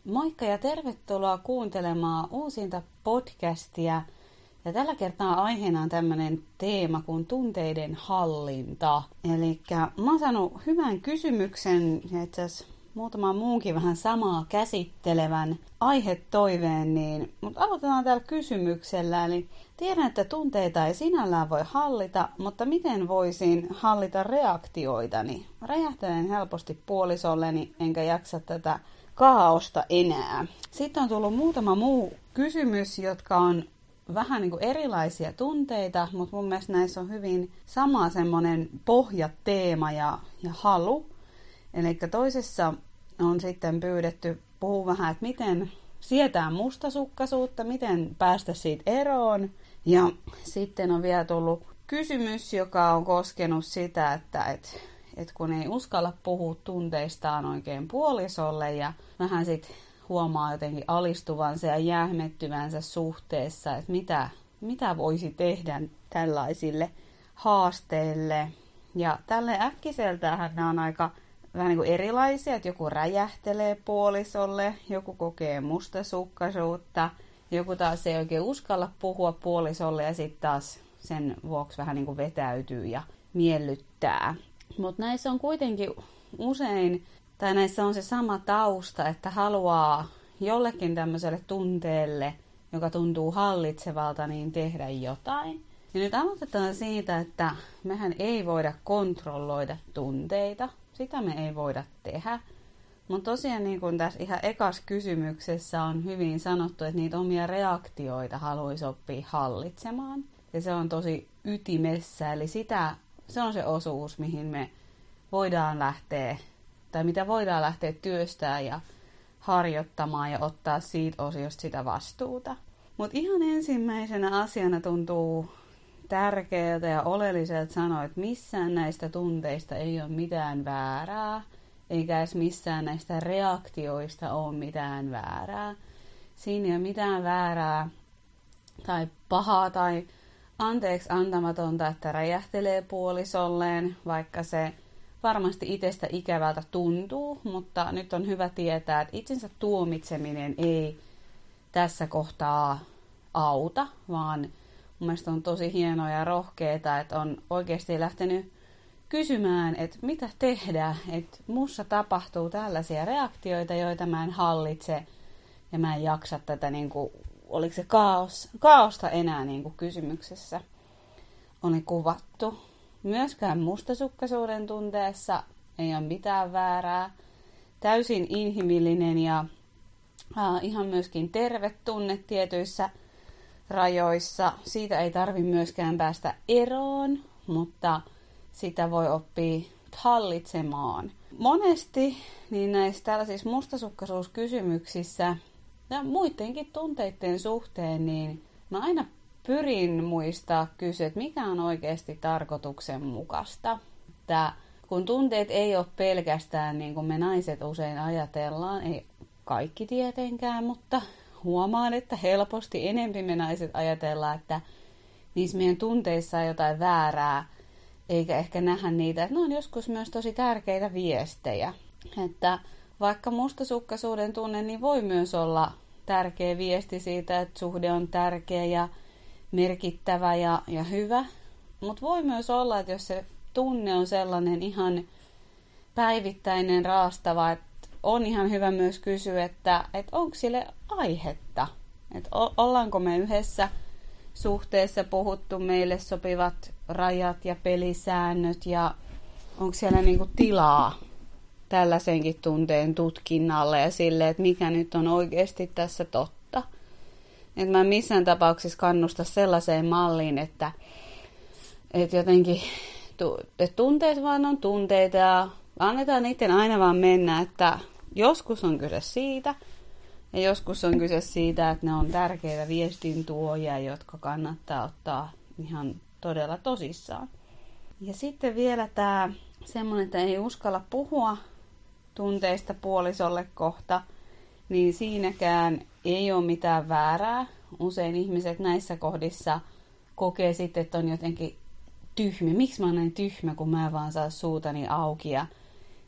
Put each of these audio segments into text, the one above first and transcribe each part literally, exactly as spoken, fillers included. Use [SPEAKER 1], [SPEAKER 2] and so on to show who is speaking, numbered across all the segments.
[SPEAKER 1] Moikka ja tervetuloa kuuntelemaan uusinta podcastia. Ja tällä kertaa aiheena on tämmöinen teema kuin tunteiden hallinta. Eli mä oon saanut hyvän kysymyksen ja itse asiassa muutama muunkin vähän samaa käsittelevän aihetoiveen, niin, mutta aloitetaan tällä kysymyksellä. Eli tiedän, että tunteita ei sinällään voi hallita, mutta miten voisin hallita reaktioitani? Räjähtelen helposti puolisolleni, enkä jaksa tätä kaaosta enää. Sitten on tullut muutama muu kysymys, jotka on vähän niin kuin erilaisia tunteita, mutta mun mielestä näissä on hyvin sama semmoinen pohjateema ja, ja halu. Eli toisessa on sitten pyydetty puhua vähän, että miten sietää mustasukkaisuutta, miten päästä siitä eroon. Ja sitten on vielä tullut kysymys, joka on koskenut sitä, että et, et kun ei uskalla puhua tunteistaan oikein puolisolle ja vähän sitten huomaa jotenkin alistuvansa ja jähmettyvänsä suhteessa, että mitä, mitä voisi tehdä tällaisille haasteille. Ja tälle äkkiseltähän nämä on aika vähän niin kuin erilaisia, että joku räjähtelee puolisolle, joku kokee mustasukkaisuutta, joku taas ei oikein uskalla puhua puolisolle ja sitten taas sen vuoksi vähän niin kuin vetäytyy ja miellyttää. Mutta näissä on kuitenkin usein, tai näissä on se sama tausta, että haluaa jollekin tämmöiselle tunteelle, joka tuntuu hallitsevalta, niin tehdä jotain. Ja nyt aloitetaan siitä, että mehän ei voida kontrolloida tunteita. Sitä me ei voida tehdä. Mutta tosiaan niin kuin tässä ihan ekas kysymyksessä on hyvin sanottu, että niitä omia reaktioita haluaisi oppia hallitsemaan. Ja se on tosi ytimessä, eli sitä, se on se osuus, mihin me voidaan lähteä, tai mitä voidaan lähteä työstämään ja harjoittamaan ja ottaa siitä osiosta sitä vastuuta. Mutta ihan ensimmäisenä asiana tuntuu tärkeältä ja oleelliselta sanoa, että missään näistä tunteista ei ole mitään väärää, eikä edes missään näistä reaktioista ole mitään väärää. Siinä ei ole mitään väärää tai pahaa tai anteeksi antamatonta, että räjähtelee puolisolleen, vaikka se varmasti itsestä ikävältä tuntuu, mutta nyt on hyvä tietää, että itsensä tuomitseminen ei tässä kohtaa auta, vaan mun mielestä on tosi hienoa ja rohkeeta, että on oikeasti lähtenyt kysymään, että mitä tehdä, että mussa tapahtuu tällaisia reaktioita, joita mä en hallitse ja mä en jaksa tätä, niin kuin, oliko se kaos, kaaosta enää niin kuin kysymyksessä oli kuvattu. Myöskään mustasukkaisuuden tunteessa ei ole mitään väärää. Täysin inhimillinen ja äh, ihan myöskin terve tunne tietyissä rajoissa. Siitä ei tarvitse myöskään päästä eroon, mutta sitä voi oppia hallitsemaan. Monesti niin näissä tällaisissa mustasukkaisuuskysymyksissä ja muidenkin tunteiden suhteen, niin mä aina pyrin muistaa kysyä, että mikä on oikeasti tarkoituksenmukaista. Että kun tunteet ei ole pelkästään niin kuin me naiset usein ajatellaan, ei kaikki tietenkään, mutta huomaan, että helposti enempi me naiset ajatellaan, että niissä meidän tunteissa on jotain väärää, eikä ehkä nähdä niitä, että ne on joskus myös tosi tärkeitä viestejä. Että vaikka mustasukkaisuuden tunne, niin voi myös olla tärkeä viesti siitä, että suhde on tärkeä ja merkittävä ja, ja hyvä. Mutta voi myös olla, että jos se tunne on sellainen ihan päivittäinen, raastava, että on ihan hyvä myös kysyä, että, että onko sille aihetta. Että ollaanko me yhdessä suhteessa puhuttu meille sopivat rajat ja pelisäännöt ja onko siellä niinku tilaa tällaisenkin tunteen tutkinnalle ja sille, että mikä nyt on oikeasti tässä totta. Että mä en missään tapauksessa kannusta sellaiseen malliin, että, että jotenkin että tunteet vaan on tunteita ja annetaan niiden aina vaan mennä, että joskus on kyse siitä ja joskus on kyse siitä, että ne on tärkeitä viestintuojia, jotka kannattaa ottaa ihan todella tosissaan. Ja sitten vielä tämä semmoinen, että ei uskalla puhua tunteista puolisolle kohta, niin siinäkään ei ole mitään väärää. Usein ihmiset näissä kohdissa kokee sitten, että on jotenkin tyhmä. Miksi mä oon näin tyhmä, kun mä vaan saa suutani auki ja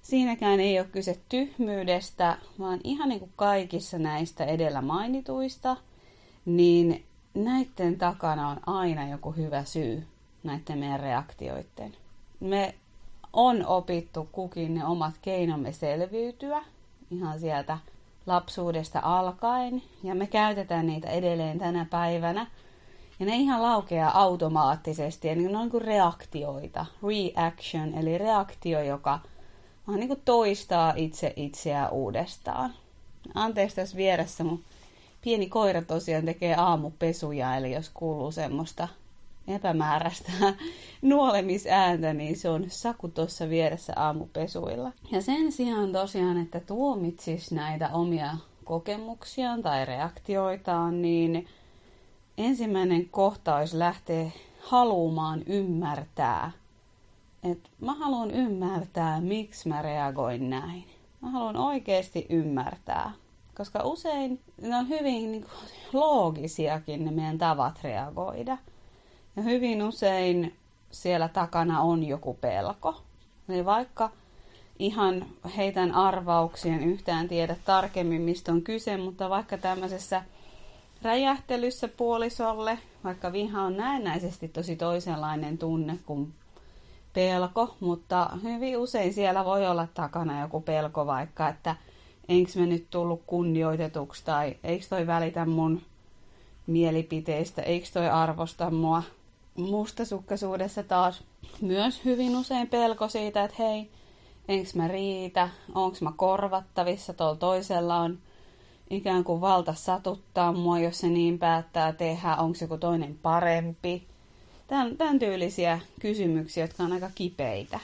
[SPEAKER 1] siinäkään ei ole kyse tyhmyydestä, vaan ihan niin kuin kaikissa näistä edellä mainituista, niin näiden takana on aina joku hyvä syy näiden meidän reaktioiden. Me on opittu kukin ne omat keinomme selviytyä ihan sieltä lapsuudesta alkaen, ja me käytetään niitä edelleen tänä päivänä. Ja ne ihan laukeaa automaattisesti, ja ne on niin kuin reaktioita, reaction, eli reaktio, joka vaan niin kuin toistaa itse itseään uudestaan. Anteeksi, tässä vieressä mun pieni koira tosiaan tekee aamupesuja, eli jos kuuluu semmoista epämääräistä nuolemisääntä, niin se on Saku tuossa vieressä aamupesuilla. Ja sen sijaan tosiaan, että tuomitsis näitä omia kokemuksiaan tai reaktioitaan, niin ensimmäinen kohta olisi lähteä haluamaan ymmärtää. Että mä haluan ymmärtää, miksi mä reagoin näin. Mä haluan oikeasti ymmärtää. Koska usein ne on hyvin niin kuin, loogisiakin ne meidän tavat reagoida. Ja hyvin usein siellä takana on joku pelko. Eli vaikka ihan heitän arvauksien yhtään tiedä tarkemmin, mistä on kyse, mutta vaikka tämmöisessä räjähtelyssä puolisolle, vaikka viha on näennäisesti tosi toisenlainen tunne kuin pelko, mutta hyvin usein siellä voi olla takana joku pelko vaikka, että enkö mä nyt tullut kunnioitetuksi tai eikö toi välitä mun mielipiteistä, eikö toi arvosta mua. Mustasukkaisuudessa taas myös hyvin usein pelko siitä, että hei, enkö mä riitä, onko mä korvattavissa, tuolla toisella on ikään kuin valta satuttaa mua, jos se niin päättää tehdä, onko joku toinen parempi. Tämän, tämän tyylisiä kysymyksiä, jotka on aika kipeitä.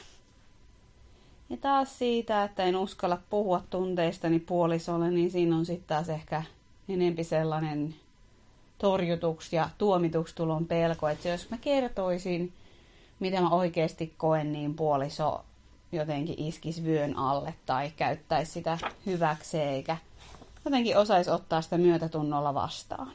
[SPEAKER 1] Ja taas siitä, että en uskalla puhua tunteistani puolisolle, niin siinä on sitten taas ehkä enempi sellainen torjutuksi ja tuomituksi tulon pelko. Että jos mä kertoisin, mitä mä oikeasti koen, niin puoliso jotenkin iskisi vyön alle tai käyttäisi sitä hyväkseen, eikä jotenkin osaisi ottaa sitä myötätunnolla vastaan.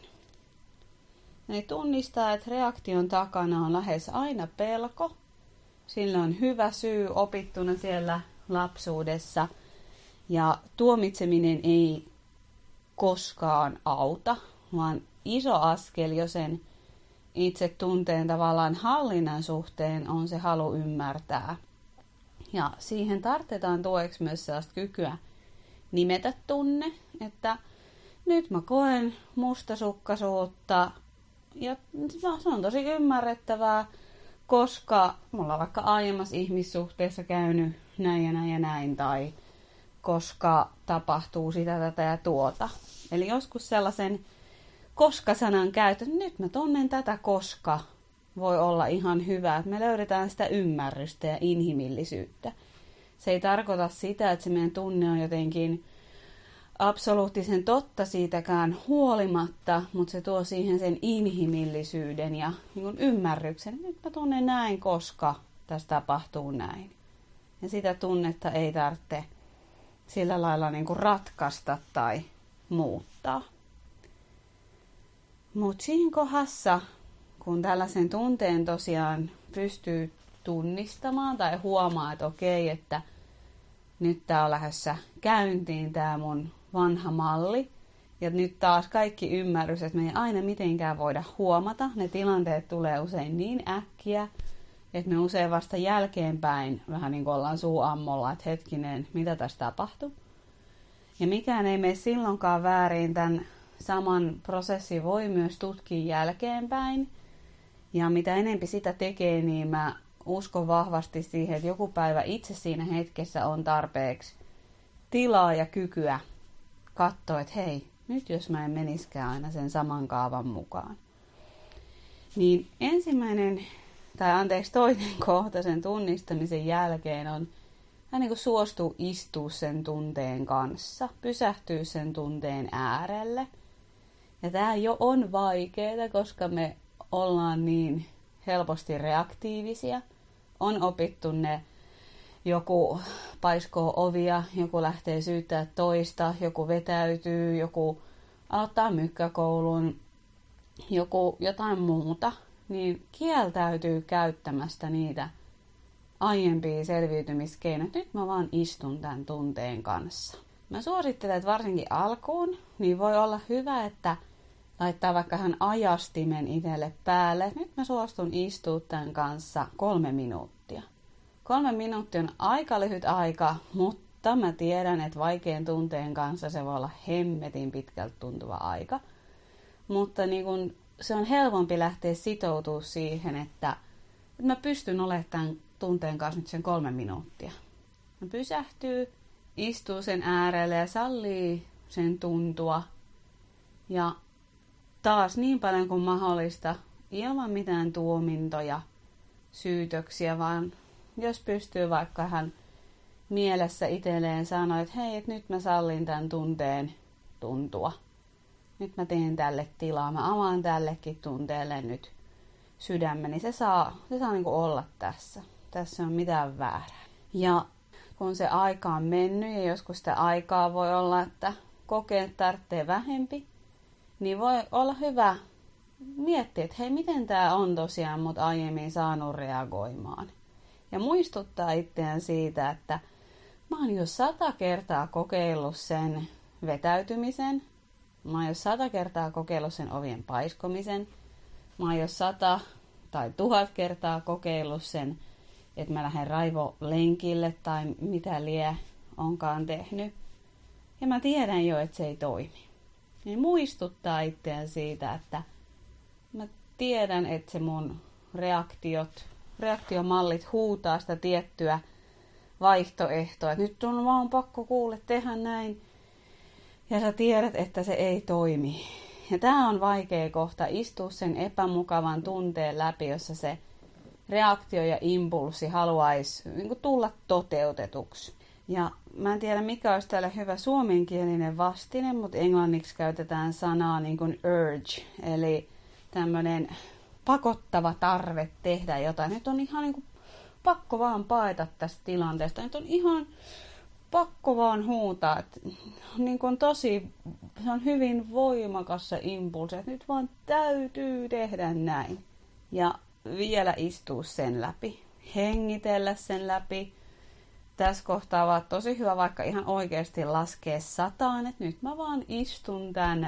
[SPEAKER 1] Eli tunnistaa, että reaktion takana on lähes aina pelko. Sillä on hyvä syy opittuna siellä lapsuudessa. Ja tuomitseminen ei koskaan auta, vaan iso askel jo sen itse tunteen tavallaan hallinnan suhteen on se halu ymmärtää. Ja siihen tarvitaan tueksi myös sellaista kykyä nimetä tunne, että nyt mä koen mustasukkaisuutta ja se on tosi ymmärrettävää, koska mulla on vaikka aiemmassa ihmissuhteessa käynyt näin ja näin ja näin tai koska tapahtuu sitä, tätä ja tuota. Eli joskus sellaisen koska-sanan käyttö, nyt mä tunnen tätä koska, voi olla ihan hyvä, että me löydetään sitä ymmärrystä ja inhimillisyyttä. Se ei tarkoita sitä, että se meidän tunne on jotenkin absoluuttisen totta siitäkään huolimatta, mutta se tuo siihen sen inhimillisyyden ja niin ymmärryksen. Nyt mä tunnen näin, koska tässä tapahtuu näin. Ja sitä tunnetta ei tarvitse sillä lailla niin kuin ratkaista tai muuttaa. Mutta siinä kohdassa, kun tällaisen tunteen tosiaan pystyy tunnistamaan tai huomaa, että okei, että nyt tää on lähdössä käyntiin tää mun vanha malli. Ja nyt taas kaikki ymmärrys, että me ei aina mitenkään voida huomata. Ne tilanteet tulee usein niin äkkiä, että me usein vasta jälkeenpäin vähän niin kuin ollaan suu ammolla, että hetkinen, mitä tässä tapahtuu. Ja mikään ei mene silloinkaan väärin. Tämän saman prosessin voi myös tutkia jälkeenpäin. Ja mitä enempi sitä tekee, niin mä uskon vahvasti siihen, että joku päivä itse siinä hetkessä on tarpeeksi tilaa ja kykyä katsoa, että hei, nyt jos mä en meniskään aina sen saman kaavan mukaan. Niin ensimmäinen, tai anteeksi toinen kohta sen tunnistamisen jälkeen on hän niin kuin suostuu istua sen tunteen kanssa, pysähtyy sen tunteen äärelle. Ja tämä jo on vaikeaa, koska me ollaan niin helposti reaktiivisia. On opittu ne, joku paiskoo ovia, joku lähtee syyttää toista, joku vetäytyy, joku aloittaa mykkäkoulun, joku jotain muuta. Niin kieltäytyy käyttämästä niitä aiempia selviytymiskeinoja. Nyt mä vaan istun tämän tunteen kanssa. Mä suosittelen, että varsinkin alkuun, niin voi olla hyvä, että laittaa vaikka hän ajastimen itselle päälle. Nyt mä suostun istua tämän kanssa kolme minuuttia. Kolme minuuttia on aika lyhyt aika, mutta mä tiedän, että vaikean tunteen kanssa se voi olla hemmetin pitkältä tuntuva aika. Mutta niin kun se on helpompi lähteä sitoutumaan siihen, että mä pystyn olemaan tämän tunteen kanssa nyt sen kolme minuuttia. Mä pysähtyy, istuu sen äärelle ja sallii sen tuntua. Ja taas niin paljon kuin mahdollista, ilman mitään tuomintoja, syytöksiä, vaan jos pystyy vaikka hän mielessä itselleen sanoa, että hei, että nyt mä sallin tämän tunteen tuntua. Nyt mä teen tälle tilaa, mä avaan tällekin tunteelle nyt sydämeni. Se saa, se saa niin kuin olla tässä. Tässä on mitään väärää. Ja kun se aika on mennyt ja joskus sitä aikaa voi olla, että kokeet tarvitsee vähempi, niin voi olla hyvä miettiä, että hei, miten tämä on tosiaan mut aiemmin saanut reagoimaan. Ja muistuttaa itseään siitä, että mä oon jo sata kertaa kokeillut sen vetäytymisen. Mä oon jo sata kertaa kokeillut sen ovien paiskomisen. Mä oon jo sata tai tuhat kertaa kokeillut sen, että mä lähden raivolenkille tai mitä lie onkaan tehnyt. Ja mä tiedän jo, että se ei toimi. Niin muistuttaa itseään siitä, että mä tiedän, että se mun reaktiot, reaktiomallit huutaa sitä tiettyä vaihtoehtoa. Että nyt on vaan pakko kuule tehdä näin. Ja sä tiedät, että se ei toimi. Ja tää on vaikea kohta istua sen epämukavan tunteen läpi, jossa se reaktio ja impulssi haluaisi niin kuin tulla toteutetuksi. Ja mä en tiedä, mikä olisi täällä hyvä suomenkielinen vastine, mutta englanniksi käytetään sanaa niin kuin urge, eli tämmöinen pakottava tarve tehdä jotain. Nyt on ihan niin kuin pakko vaan paeta tästä tilanteesta. Nyt on ihan pakko vaan huutaa. Että niin kuin tosi, se on hyvin voimakas se impulssi, että nyt vaan täytyy tehdä näin. Ja vielä istua sen läpi, hengitellä sen läpi. Tässä kohtaa on tosi hyvä vaikka ihan oikeasti laskea sataan, että nyt mä vaan istun tämän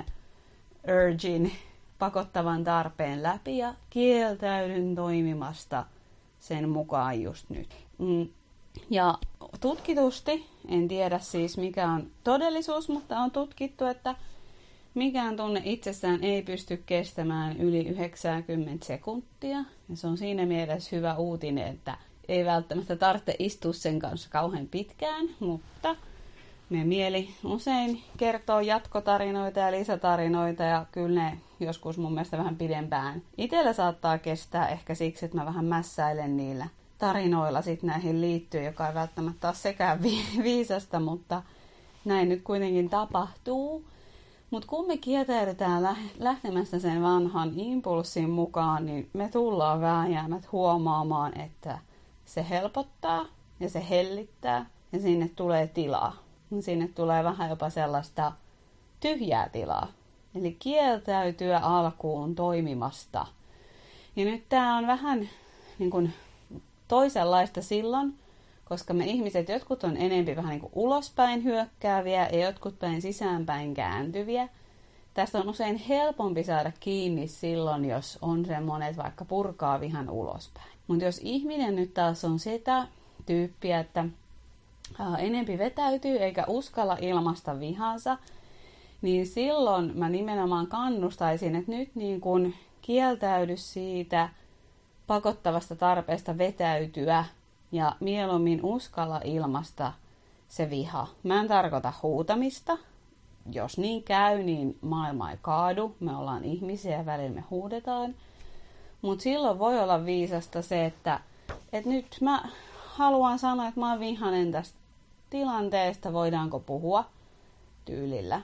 [SPEAKER 1] urgin, pakottavan tarpeen läpi ja kieltäydyn toimimasta sen mukaan just nyt. Mm. Ja tutkitusti, en tiedä siis mikä on todellisuus, mutta on tutkittu, että mikään tunne itsessään ei pysty kestämään yli yhdeksänkymmentä sekuntia. Ja se on siinä mielessä hyvä uutinen, että ei välttämättä tarvitse istua sen kanssa kauhean pitkään, mutta me mieli usein kertoo jatkotarinoita ja lisätarinoita ja kyllä ne joskus mun mielestä vähän pidempään. Itellä saattaa kestää ehkä siksi, että mä vähän mässäilen niillä tarinoilla sit näihin liittyen, joka ei välttämättä ole sekään viisasta, mutta näin nyt kuitenkin tapahtuu. Mutta kun me kieltäydytään lähtemästä sen vanhan impulssin mukaan, niin me tullaan vääjäämät huomaamaan, että se helpottaa ja se hellittää ja sinne tulee tilaa. Sinne tulee vähän jopa sellaista tyhjää tilaa. Eli kieltäytyä alkuun toimimasta. Ja nyt tämä on vähän niin kuin toisenlaista silloin, koska me ihmiset, jotkut on enempi vähän niin kuin ulospäin hyökkääviä ja jotkut päin sisäänpäin kääntyviä. Tästä on usein helpompi saada kiinni silloin, jos on semmoinen, että vaikka purkaa vihan ulospäin. Mutta jos ihminen nyt taas on sitä tyyppiä, että ää, enempi vetäytyy eikä uskalla ilmaista vihansa, niin silloin mä nimenomaan kannustaisin, että nyt niin kun kieltäydy siitä pakottavasta tarpeesta vetäytyä ja mieluummin uskalla ilmaista se viha. Mä en tarkoita huutamista. Jos niin käy, niin maailma ei kaadu. Me ollaan ihmisiä ja välillä me huudetaan. Mutta silloin voi olla viisasta se, että, että nyt mä haluan sanoa, että mä oon vihainen tästä tilanteesta. Voidaanko puhua tyylillä.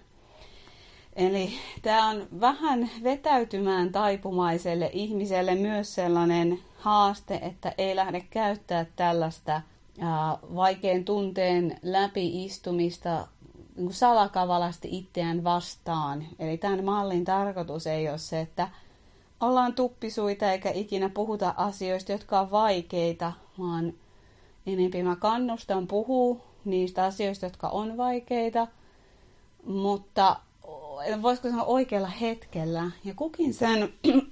[SPEAKER 1] Eli tämä on vähän vetäytymään taipumaiselle ihmiselle myös sellainen haaste, että ei lähde käyttää tällaista ää, vaikean tunteen läpiistumista niin kuin salakavalasti itseään vastaan. Eli tämän mallin tarkoitus ei ole se, että ollaan tuppisuita eikä ikinä puhuta asioista, jotka on vaikeita, vaan Enempi mä kannustan puhua niistä asioista, jotka on vaikeita, mutta voisiko sanoa oikealla hetkellä. Ja kukin sen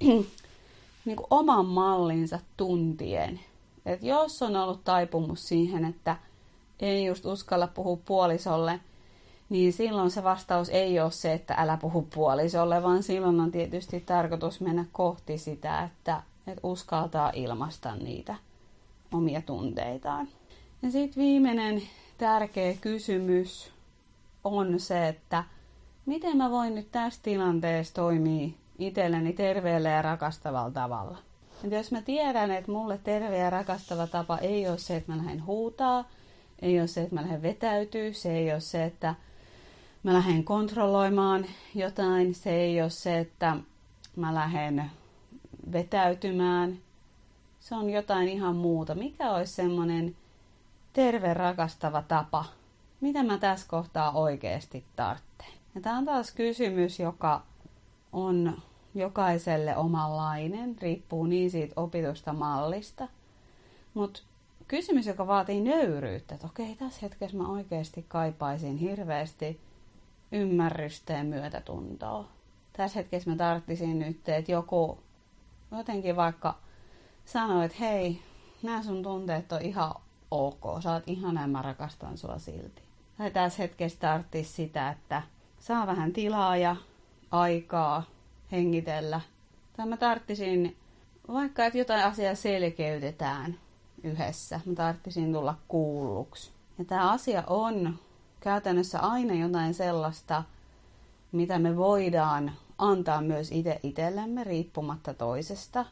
[SPEAKER 1] niin kuin oman mallinsa tuntien. Et jos on ollut taipumus siihen, että ei just uskalla puhua puolisolle, niin silloin se vastaus ei ole se, että älä puhu puolisolle, vaan silloin on tietysti tarkoitus mennä kohti sitä, että, että uskaltaa ilmaista niitä omia tunteitaan. Ja sitten viimeinen tärkeä kysymys on se, että miten mä voin nyt tässä tilanteessa toimia itselleni terveellä ja rakastavalla tavalla. Et jos mä tiedän, että mulle terve ja rakastava tapa ei ole se, että mä lähden huutaa, ei ole se, että mä lähden vetäytyy, se ei ole se, että mä lähden kontrolloimaan jotain, se ei ole se, että mä lähden vetäytymään. Se on jotain ihan muuta. Mikä olisi semmoinen terve, rakastava tapa? Mitä mä tässä kohtaa oikeasti tarvitsen? Ja tämä on taas kysymys, joka on jokaiselle omanlainen, riippuu niin siitä opitusta mallista. Mutta kysymys, joka vaatii nöyryyttä, että okei, tässä hetkessä mä oikeasti kaipaisin hirveästi ymmärrystä ja myötätuntoa. Tässä hetkessä mä tarttisin nyt, että joku jotenkin vaikka sanoo, että hei, nämä sun tunteet on ihan ok, sä oot ihana ja mä rakastan sua silti. Tai tässä hetkessä tarttisi sitä, että saa vähän tilaa ja aikaa hengitellä. Tai mä tarttisin vaikka, että jotain asiaa selkeytetään yhdessä. Mä tarttisin tulla kuulluksi. Ja tämä asia on käytännössä aina jotain sellaista, mitä me voidaan antaa myös itse itsellemme riippumatta toisesta.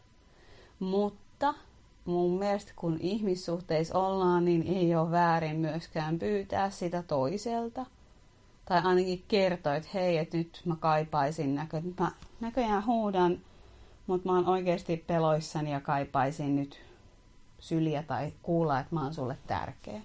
[SPEAKER 1] Mutta mun mielestä kun ihmissuhteissa ollaan, niin ei ole väärin myöskään pyytää sitä toiselta. Tai ainakin kertoa, että hei, että nyt mä kaipaisin näkö. Mä näköjään huudan, mutta mä oon oikeasti peloissani ja kaipaisin nyt syliä tai kuulla, että mä oon sulle tärkeä.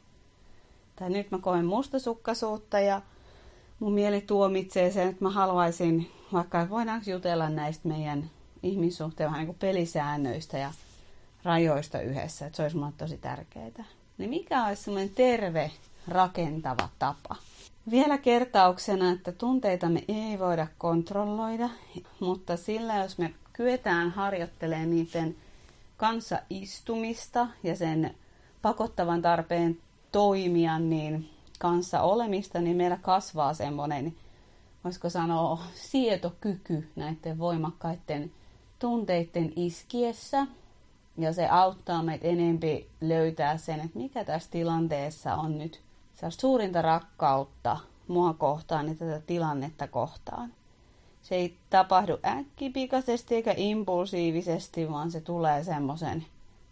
[SPEAKER 1] Tai nyt mä koen mustasukkaisuutta ja mun mieli tuomitsee sen, että mä haluaisin, vaikka voidaanko jutella näistä meidän ihmissuhteen vähän niin kuin pelisäännöistä ja rajoista yhdessä, että se olisi mulle tosi tärkeää. Niin mikä olisi semmoinen terve, rakentava tapa? Vielä kertauksena, että tunteita me ei voida kontrolloida, mutta sillä jos me kyetään harjoittelemaan niiden kanssa istumista ja sen pakottavan tarpeen toimia niin kanssa olemista, niin meillä kasvaa semmoinen, voisiko sanoa, sietokyky näiden voimakkaiden tunteiden iskiessä. Ja se auttaa meitä enempi löytää sen, että mikä tässä tilanteessa on nyt suurinta rakkautta mua kohtaan ja tätä tilannetta kohtaan. Se ei tapahdu äkkipikaisesti eikä impulsiivisesti, vaan se tulee semmoisen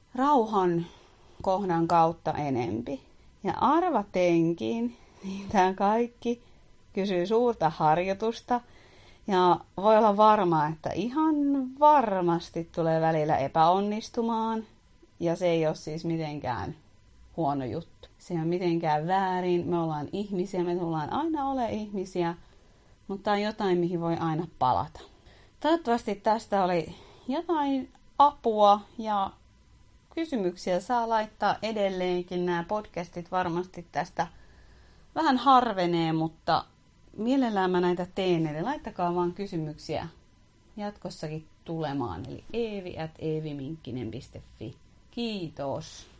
[SPEAKER 1] rauhan kohdan kautta enempi. Ja arvatenkin, niin tämä kaikki kysyy suurta harjoitusta. Ja voi olla varma, että ihan varmasti tulee välillä epäonnistumaan. Ja se ei ole siis mitenkään huono juttu. Se ei ole mitenkään väärin. Me ollaan ihmisiä, me tullaan aina ole ihmisiä. Mutta on jotain, mihin voi aina palata. Toivottavasti tästä oli jotain apua ja kysymyksiä saa laittaa edelleenkin. Nämä podcastit varmasti tästä vähän harvenee, mutta mielellään mä näitä teen. Eli laittakaa vaan kysymyksiä jatkossakin tulemaan. Eli eevi at eeviminkkinen piste fi. Kiitos.